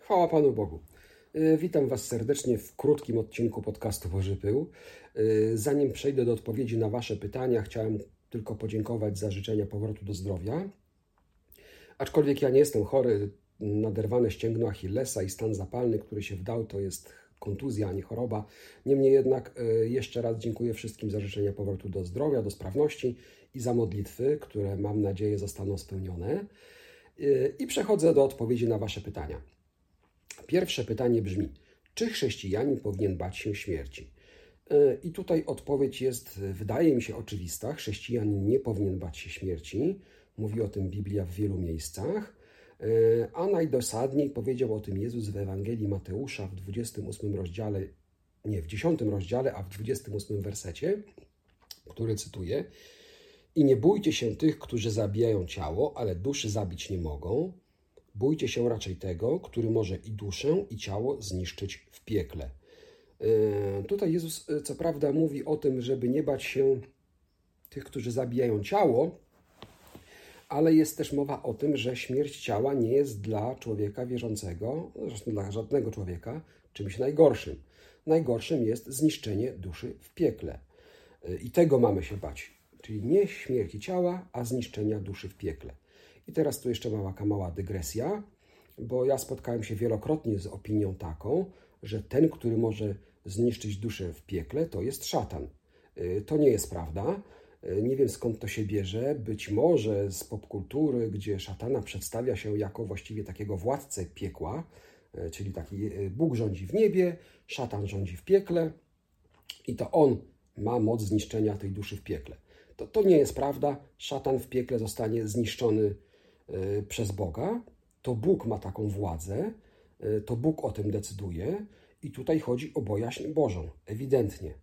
Chwała Panu Bogu. Witam Was serdecznie w krótkim odcinku podcastu Boży Pył. Zanim przejdę do odpowiedzi na Wasze pytania, chciałem tylko podziękować za życzenia powrotu do zdrowia. Aczkolwiek ja nie jestem chory, naderwane ścięgno Achillesa i stan zapalny, który się wdał, to jest kontuzja, a nie choroba. Niemniej jednak jeszcze raz dziękuję wszystkim za życzenia powrotu do zdrowia, do sprawności i za modlitwy, które mam nadzieję zostaną spełnione. I przechodzę do odpowiedzi na Wasze pytania. Pierwsze pytanie brzmi, czy chrześcijanin powinien bać się śmierci? I tutaj odpowiedź jest, wydaje mi się, oczywista. Chrześcijanin nie powinien bać się śmierci. Mówi o tym Biblia w wielu miejscach. A najdosadniej powiedział o tym Jezus w Ewangelii Mateusza w 28 rozdziale, nie, w 10 rozdziale, a w 28 wersecie, który cytuję. I nie bójcie się tych, którzy zabijają ciało, ale duszy zabić nie mogą. Bójcie się raczej tego, który może i duszę, i ciało zniszczyć w piekle. Tutaj Jezus co prawda mówi o tym, żeby nie bać się tych, którzy zabijają ciało, ale jest też mowa o tym, że śmierć ciała nie jest dla człowieka wierzącego, zresztą dla żadnego człowieka, czymś najgorszym. Najgorszym jest zniszczenie duszy w piekle. I tego mamy się bać. Czyli nie śmierci ciała, a zniszczenia duszy w piekle. I teraz tu jeszcze mała dygresja, bo ja spotkałem się wielokrotnie z opinią taką, że ten, który może zniszczyć duszę w piekle, to jest szatan. To nie jest prawda. Nie wiem, skąd to się bierze. Być może z popkultury, gdzie szatana przedstawia się jako właściwie takiego władcę piekła, czyli taki Bóg rządzi w niebie, szatan rządzi w piekle i to on ma moc zniszczenia tej duszy w piekle. To nie jest prawda. Szatan w piekle zostanie zniszczony przez Boga. To Bóg ma taką władzę, to Bóg o tym decyduje i tutaj chodzi o bojaźń Bożą, ewidentnie.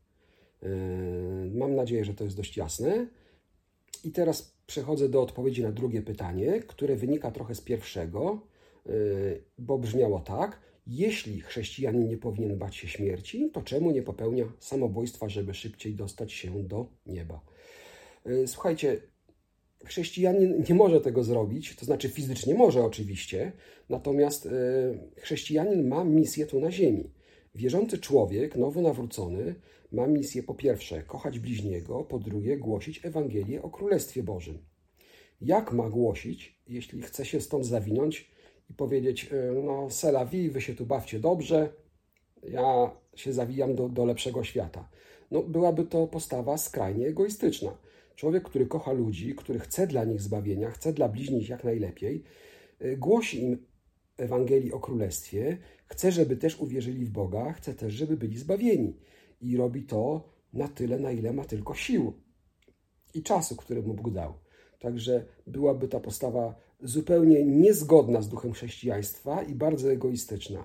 Mam nadzieję, że to jest dość jasne. I teraz przechodzę do odpowiedzi na drugie pytanie, które wynika trochę z pierwszego, bo brzmiało tak. Jeśli chrześcijanin nie powinien bać się śmierci, to czemu nie popełnia samobójstwa, żeby szybciej dostać się do nieba? Słuchajcie, chrześcijanin nie może tego zrobić, to znaczy fizycznie może oczywiście, natomiast chrześcijanin ma misję tu na ziemi. Wierzący człowiek, nowonawrócony, ma misję po pierwsze kochać bliźniego, po drugie głosić Ewangelię o Królestwie Bożym. Jak ma głosić, jeśli chce się stąd zawinąć i powiedzieć, no c'est la vie, wy się tu bawcie dobrze, ja się zawijam do lepszego świata. No byłaby to postawa skrajnie egoistyczna. Człowiek, który kocha ludzi, który chce dla nich zbawienia, chce dla bliźnich jak najlepiej, głosi im Ewangelii o Królestwie, chce, żeby też uwierzyli w Boga, chce też, żeby byli zbawieni. I robi to na tyle, na ile ma tylko sił i czasu, który mu Bóg dał. Także byłaby ta postawa zupełnie niezgodna z duchem chrześcijaństwa i bardzo egoistyczna.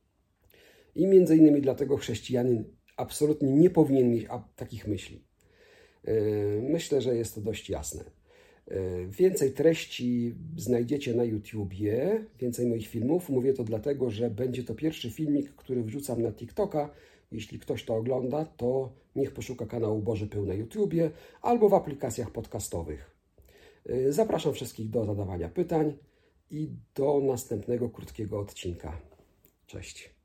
I między innymi dlatego chrześcijanin absolutnie nie powinien mieć takich myśli. Myślę, że jest to dość jasne. Więcej treści znajdziecie na YouTubie, więcej moich filmów. Mówię to dlatego, że będzie to pierwszy filmik, który wrzucam na TikToka. Jeśli ktoś to ogląda, to niech poszuka kanału Boży Pył na YouTubie albo w aplikacjach podcastowych. Zapraszam wszystkich do zadawania pytań i do następnego krótkiego odcinka. Cześć.